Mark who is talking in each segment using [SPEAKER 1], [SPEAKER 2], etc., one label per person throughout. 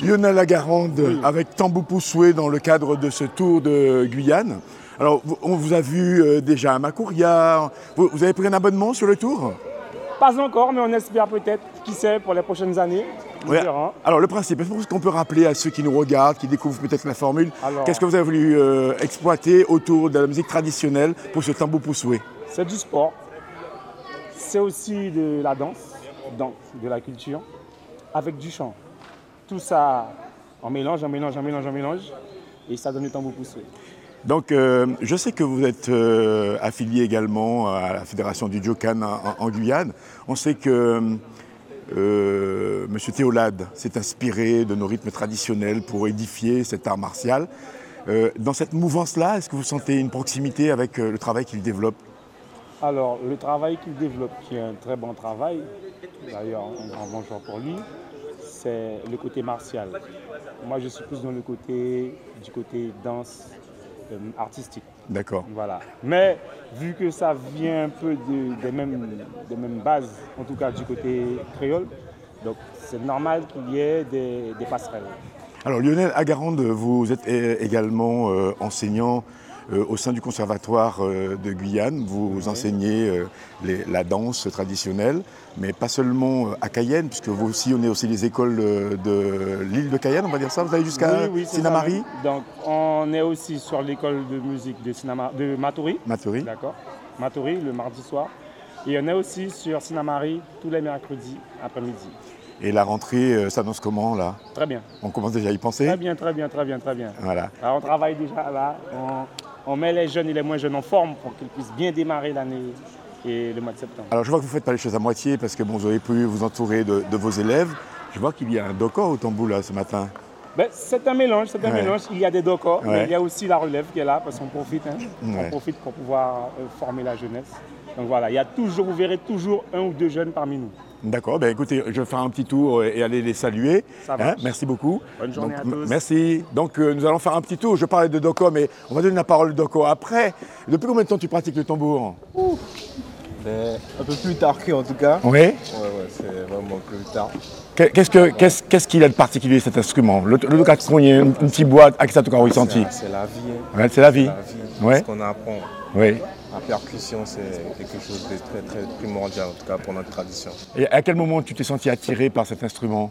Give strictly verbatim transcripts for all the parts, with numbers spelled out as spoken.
[SPEAKER 1] Lionel Agarande,
[SPEAKER 2] Oui.
[SPEAKER 1] avec Tambou Poussoué dans le cadre de ce tour de Guyane. Alors, vous- on vous a vu euh, déjà à Macouria. Vous, vous avez pris un abonnement sur le tour?
[SPEAKER 2] Pas encore, mais on espère peut-être, qui sait, pour les prochaines années. Nous
[SPEAKER 1] Ouais.
[SPEAKER 2] verrons.
[SPEAKER 1] Alors, le principe, est-ce qu'on peut rappeler à ceux qui nous regardent, qui découvrent peut-être la formule,
[SPEAKER 2] Alors-
[SPEAKER 1] qu'est-ce que vous avez voulu euh, exploiter autour de la musique traditionnelle pour ce Tambou Poussoué?
[SPEAKER 2] C'est du sport. C'est aussi de la danse, donc de la culture, avec du chant. Tout ça en mélange, en mélange, en mélange, en mélange, et ça donne le Tambou Poussoué.
[SPEAKER 1] Donc, euh, je sais que vous êtes euh, affilié également à la Fédération du Djokan en, en Guyane. On sait que euh, M. Théolade s'est inspiré de nos rythmes traditionnels pour édifier cet art martial. Euh, dans cette mouvance-là, est-ce que vous sentez une proximité avec euh, le travail qu'il développe?
[SPEAKER 2] Alors, le travail qu'il développe, qui est un très bon travail, d'ailleurs un grand bonjour pour lui, c'est le côté martial. Moi, je suis plus dans le côté du côté danse euh, artistique.
[SPEAKER 1] D'accord.
[SPEAKER 2] Voilà. Mais vu que ça vient un peu de- des, mêmes, des mêmes bases, en tout cas du côté créole, donc c'est normal qu'il y ait des, des passerelles.
[SPEAKER 1] Alors Lionel Agarande, vous êtes é- également euh, enseignant euh, au sein du Conservatoire euh, de Guyane. Vous
[SPEAKER 2] Oui.
[SPEAKER 1] enseignez euh, les- la danse traditionnelle, mais pas seulement euh, à Cayenne, puisque vous aussi, on est aussi les écoles euh, de l'île de Cayenne, on va dire ça. Vous allez jusqu'à
[SPEAKER 2] Oui, oui, c'est ça
[SPEAKER 1] Sinamari,
[SPEAKER 2] même. Donc on est aussi sur l'école de musique de, Sinama- de Maturi.
[SPEAKER 1] Maturi.
[SPEAKER 2] D'accord. Maturi, le mardi soir. Et on est aussi sur Sinamari tous les mercredis après-midi.
[SPEAKER 1] Et la rentrée euh, s'annonce comment là?
[SPEAKER 2] Très bien.
[SPEAKER 1] On commence déjà à y penser?
[SPEAKER 2] Très bien, très bien, très bien, très bien.
[SPEAKER 1] Voilà.
[SPEAKER 2] Alors, on travaille déjà là. On, on met les jeunes et les moins jeunes en forme pour qu'ils puissent bien démarrer l'année et le mois de septembre.
[SPEAKER 1] Alors je vois que vous ne faites pas les choses à moitié, parce que bon, vous avez pu vous entourer de, de vos élèves. Je vois qu'il y a un docor au tambour là ce matin.
[SPEAKER 2] Ben, c'est un mélange, c'est un
[SPEAKER 1] Ouais.
[SPEAKER 2] mélange. Il y a des docors,
[SPEAKER 1] Ouais.
[SPEAKER 2] mais il y a aussi la relève qui est là parce qu'on profite. Hein.
[SPEAKER 1] Ouais.
[SPEAKER 2] On profite pour pouvoir euh, former la jeunesse. Donc voilà, il y a toujours, vous verrez toujours un ou deux jeunes parmi nous.
[SPEAKER 1] D'accord, ben écoutez, je vais faire un petit tour et aller les saluer.
[SPEAKER 2] Ça marche.
[SPEAKER 1] Merci beaucoup.
[SPEAKER 2] Bonne journée
[SPEAKER 1] Donc,
[SPEAKER 2] à tous.
[SPEAKER 1] Merci. Donc euh, nous allons faire un petit tour. Je parlais de Doko, mais on va donner la parole à Doko après. Depuis combien de temps tu pratiques le tambour?
[SPEAKER 3] Ben, un peu plus tard en tout cas.
[SPEAKER 1] Oui.
[SPEAKER 3] Ouais, ouais, c'est vraiment plus tard.
[SPEAKER 1] Qu'est-ce que- qu'est-ce qu'est-ce qu'il a de particulier cet instrument? Le, le Dokatron, il y a une, une petite boîte avec ça tout ressenti.
[SPEAKER 3] C'est c'est la vie. Hein.
[SPEAKER 1] Ouais, c'est la vie.
[SPEAKER 3] La vie.
[SPEAKER 1] Ouais.
[SPEAKER 3] Ce qu'on apprend.
[SPEAKER 1] Oui.
[SPEAKER 3] La percussion, c'est quelque chose de très très primordial, en tout cas pour notre tradition.
[SPEAKER 1] Et à quel moment tu t'es senti attiré par cet instrument?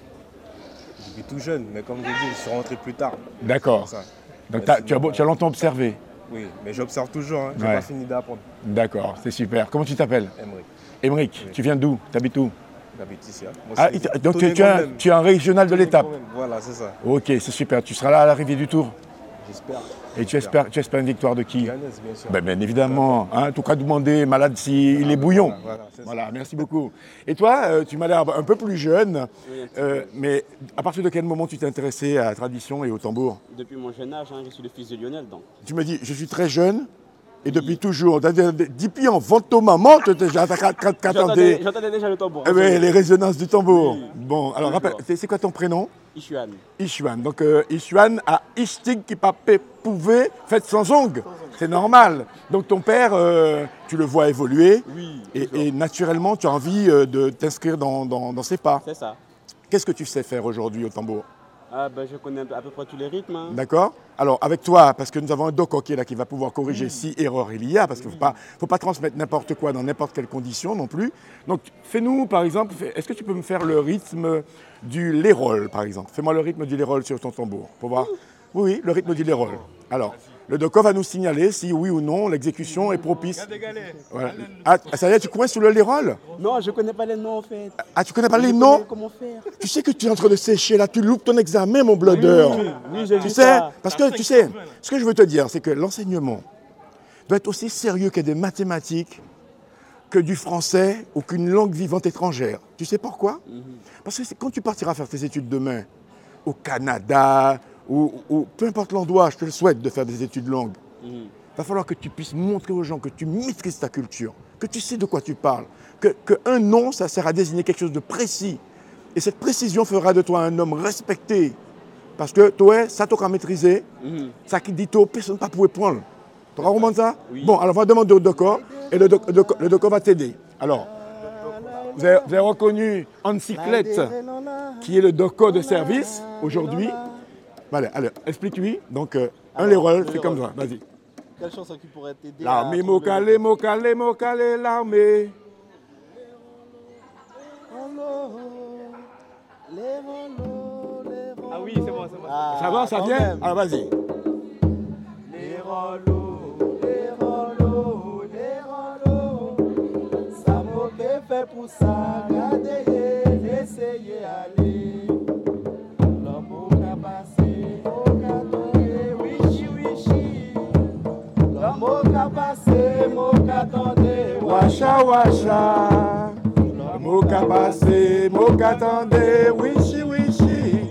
[SPEAKER 3] Depuis tout jeune, mais comme je dis, je suis rentré plus tard.
[SPEAKER 1] D'accord.
[SPEAKER 3] C'est ça.
[SPEAKER 1] Donc
[SPEAKER 3] Mais
[SPEAKER 1] t'as-
[SPEAKER 3] sinon,
[SPEAKER 1] tu as, beau- tu as longtemps observé.
[SPEAKER 3] Oui, mais j'observe toujours, hein. Je n'ai
[SPEAKER 1] Ouais.
[SPEAKER 3] pas fini d'apprendre.
[SPEAKER 1] D'accord, c'est super. Comment tu t'appelles?
[SPEAKER 3] Emery,
[SPEAKER 1] Émeric,
[SPEAKER 3] Oui.
[SPEAKER 1] tu viens d'où? Tu habites où?
[SPEAKER 3] j'habite ici. Hein. Moi,
[SPEAKER 1] Ah,
[SPEAKER 3] c'est-
[SPEAKER 1] il t'a- donc tu,
[SPEAKER 3] Tonnet
[SPEAKER 1] tu es un,
[SPEAKER 3] Gombem.
[SPEAKER 1] tu es un régional de
[SPEAKER 3] Tonnet
[SPEAKER 1] l'étape.
[SPEAKER 3] Gombem. Voilà, c'est ça.
[SPEAKER 1] Ok, c'est super. Tu seras là à l'arrivée du tour.
[SPEAKER 3] J'espère.
[SPEAKER 1] Et tu espères, tu espères une victoire de qui?
[SPEAKER 3] Guyanaise, bien sûr.
[SPEAKER 1] Ben, bien évidemment. Hein, tout cas, demander malade s'il est bouillon.
[SPEAKER 3] Voilà, voilà, c'est ça.
[SPEAKER 1] Voilà, merci beaucoup. Et toi, euh, tu m'as l'air un peu plus jeune, euh, mais à partir de quel moment tu t'es intéressé à la tradition et au tambour?
[SPEAKER 4] Depuis mon jeune âge, hein, je suis le fils de Lionel. Donc.
[SPEAKER 1] Tu me dis, je suis très jeune et depuis toujours. Dix pieds en vente ton maman, tu déjà
[SPEAKER 4] J'entendais j'entendais déjà le tambour.
[SPEAKER 1] Eh ben, les résonances du tambour.
[SPEAKER 4] Oui.
[SPEAKER 1] Bon, alors
[SPEAKER 4] Toujours.
[SPEAKER 1] rappelle, c'est c'est quoi ton prénom?
[SPEAKER 4] Ishuan.
[SPEAKER 1] Ishuan. Donc euh, Ishuan a Ishtig qui papé pouvé, fait sans ongles. C'est normal. Donc ton père, euh, tu le vois évoluer
[SPEAKER 4] Oui.
[SPEAKER 1] et,
[SPEAKER 4] toujours.
[SPEAKER 1] et naturellement tu as envie euh, de t'inscrire dans, dans- dans ses pas.
[SPEAKER 4] C'est ça.
[SPEAKER 1] Qu'est-ce que tu sais faire aujourd'hui au tambour?
[SPEAKER 4] Ah, ben, je connais à peu près tous les rythmes. hein.
[SPEAKER 1] D'accord? Alors avec toi, parce que nous avons un doc qui est là qui va pouvoir corriger si erreur il y a, parce qu'il ne faut pas, faut pas transmettre n'importe quoi dans n'importe quelle condition non plus. Donc fais-nous par exemple, fais- est-ce que tu peux me faire le rythme du lérol par exemple? Fais-moi le rythme du lérol sur ton tambour pour voir. Oui, oui, le rythme du lérol. Alors, le doc va nous signaler si oui ou non l'exécution est propice. Voilà. Ah, ça y est, tu coinces sur le lérol?
[SPEAKER 4] Non, je connais pas les noms en fait.
[SPEAKER 1] Ah, tu connais pas
[SPEAKER 4] Je
[SPEAKER 1] les
[SPEAKER 4] connais
[SPEAKER 1] noms?
[SPEAKER 4] Comment faire?
[SPEAKER 1] Tu sais que tu es en train de sécher là, tu loupes ton examen, mon blodeur.
[SPEAKER 4] Oui, oui, j'ai
[SPEAKER 1] Tu
[SPEAKER 4] vu
[SPEAKER 1] sais,
[SPEAKER 4] ça.
[SPEAKER 1] parce que tu sais, ce que je veux te dire, c'est que l'enseignement doit être aussi sérieux que des mathématiques, que du français ou qu'une langue vivante étrangère. Tu sais pourquoi? Parce que c'est quand tu partiras faire tes études demain, au Canada, ou, ou peu importe l'endroit, je te le souhaite de faire des études longues, il va falloir que tu puisses montrer aux gens que tu maîtrises ta culture, que tu sais de quoi tu parles, que, que un nom, ça sert à désigner quelque chose de précis. Et cette précision fera de toi un homme respecté. Parce que toi, ça t'aura maîtrisé,
[SPEAKER 4] Mhm.
[SPEAKER 1] ça qui dit toi, personne ne pouvait prendre. Tu auras compris ça?
[SPEAKER 4] Oui.
[SPEAKER 1] Bon, alors on va demander au doco, et le doco, le doco- le doco va t'aider. Alors, Vous avez, vous avez reconnu Encyclette, qui est le doco de service aujourd'hui. Voilà, alors, explique-lui. Donc, euh, un les rôles, c'est comme ça. Vas-y.
[SPEAKER 4] Quelle chanson qui pourrait t'aider?
[SPEAKER 1] L'armée, mo calé, mo calé, mo calé, l'armée.
[SPEAKER 4] Ah oui, c'est bon, c'est bon. Ah,
[SPEAKER 1] ça va, ça vient? Alors, vas-y.
[SPEAKER 4] Les rolos, les rolos, les rolos. Ça m'a fait pour ça, regardez, essayez aller. L'homme a passé, au catonné, wichi, wichi. L'homme a passé, mon catonné,
[SPEAKER 1] Wacha, wacha. L'homme a passé, mon catonné, wichi, wichi.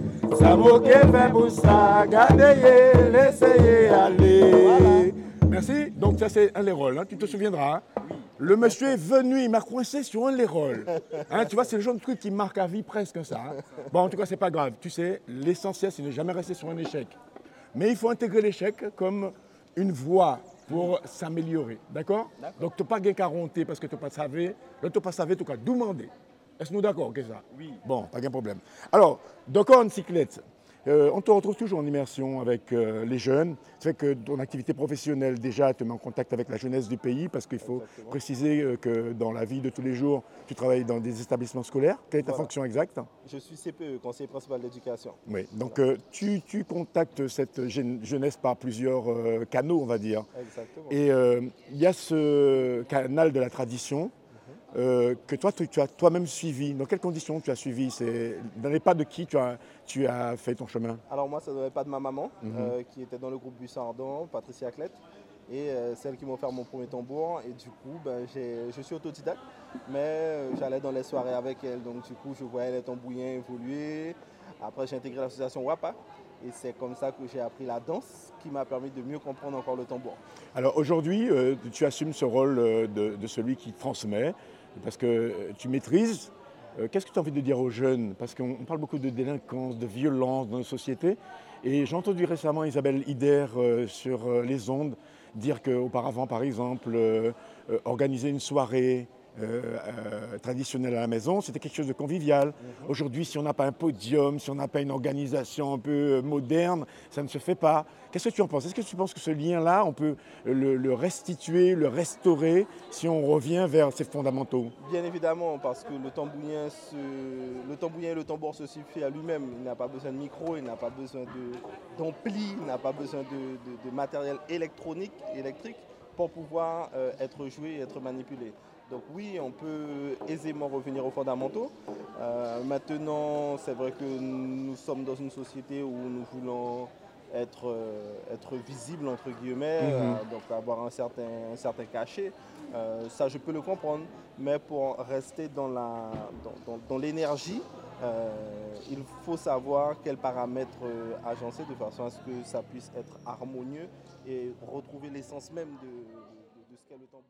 [SPEAKER 1] Ça m'a fait pour ça, regardez, laissez aller. Voilà. Merci. Donc ça c'est un les rôles, hein. Tu te souviendras. Hein. Oui. Le monsieur est venu, il m'a coincé sur un les rôles. Hein, tu vois, c'est le genre de truc qui marque à vie presque ça. Hein. Bon, en tout cas, c'est pas grave. Tu sais, l'essentiel, c'est de ne jamais rester sur un échec. Mais il faut intégrer l'échec comme une voie pour s'améliorer. D'accord? Donc, tu n'as pas gain qu'à ronter parce que tu n'as pas savé. Là, tu n'as pas savé, tu as demander. Est-ce que nous d'accord que ça?
[SPEAKER 4] Oui.
[SPEAKER 1] Bon, pas de problème. Alors, Doco Encyclette, euh, on te retrouve toujours en immersion avec euh, les jeunes. Ça fait que ton activité professionnelle, déjà, te met en contact avec la jeunesse du pays parce qu'il faut Exactement. préciser euh, que dans la vie de tous les jours, tu travailles dans des établissements scolaires. Quelle est ta voilà. fonction exacte?
[SPEAKER 4] Je suis C P E, conseiller principal d'éducation.
[SPEAKER 1] Oui, donc euh, tu, tu contactes cette jeunesse par plusieurs euh, canaux, on va dire.
[SPEAKER 4] Exactement.
[SPEAKER 1] Et il euh, y a ce canal de la tradition. Euh, que toi, tu, tu as toi-même suivi. Dans quelles conditions tu as suivi? C'est dans les pas de qui tu as, tu as fait ton chemin?
[SPEAKER 4] Alors moi, ça ne devait pas de ma maman, mm-hmm. euh, qui était dans le groupe Buisson Ardent, Patricia Clette, et euh, celle qui m'a offert mon premier tambour. Et du coup, ben, je suis autodidacte, mais euh, j'allais dans les soirées avec elle. Donc du coup, je voyais les tambouillens évoluer. Après, j'ai intégré l'association WAPA. Et c'est comme ça que j'ai appris la danse qui m'a permis de mieux comprendre encore le tambour.
[SPEAKER 1] Alors aujourd'hui, euh, tu assumes ce rôle euh, de, de celui qui transmet. Parce que tu maîtrises. Euh, qu'est-ce que tu as envie de dire aux jeunes? Parce qu'on parle beaucoup de délinquance, de violence dans nos sociétés. Et j'ai entendu récemment Isabelle Ider euh, sur euh, les ondes dire qu'auparavant, par exemple, euh, euh, organiser une soirée euh, euh, traditionnelle à la maison, c'était quelque chose de convivial. Mm-hmm. Aujourd'hui, si on n'a pas un podium, si on n'a pas une organisation un peu moderne, ça ne se fait pas. Qu'est-ce que tu en penses? Est-ce que tu penses que ce lien-là, on peut le, le restituer, le restaurer, si on revient vers ses fondamentaux?
[SPEAKER 4] Bien évidemment, parce que le tambouillien, se... le tambouillien et le tambour se suffit à lui-même. Il n'a pas besoin de micro, il n'a pas besoin d'ampli, il n'a pas besoin de, de, de matériel électronique, électrique pour pouvoir euh, être joué et être manipulé. Donc oui, on peut aisément revenir aux fondamentaux. Euh, maintenant, c'est vrai que nous sommes dans une société où nous voulons être, euh, être visibles, entre guillemets, mmh. euh, donc avoir un certain, un certain cachet. Euh, ça, je peux le comprendre. Mais pour rester dans, la, dans, dans, dans l'énergie, euh, il faut savoir quels paramètres euh, agencer de façon à ce que ça puisse être harmonieux et retrouver l'essence même de, de, de ce qu'est le tambour.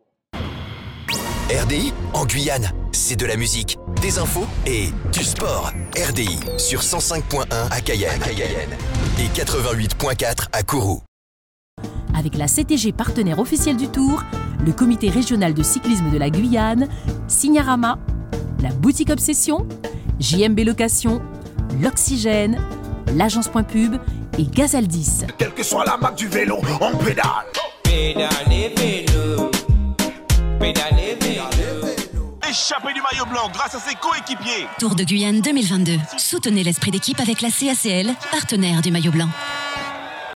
[SPEAKER 5] R D I en Guyane, c'est de la musique, des infos et du sport. R D I sur cent cinq point un à Cayenne, à Cayenne et quatre-vingt-huit point quatre à Kourou.
[SPEAKER 6] Avec la C T G partenaire officielle du Tour, le comité régional de cyclisme de la Guyane, Signarama, la boutique Obsession, J M B Location, l'Oxygène, l'agence Point Pub et Gazaldis.
[SPEAKER 7] Quelle que soit la marque du vélo, on pédale.
[SPEAKER 8] Pédalez vélo. Pédalez vélo.
[SPEAKER 7] Échappé du maillot blanc grâce à ses coéquipiers.
[SPEAKER 9] Tour de Guyane deux mille vingt-deux. Soutenez l'esprit d'équipe avec la C A C L, partenaire du maillot blanc.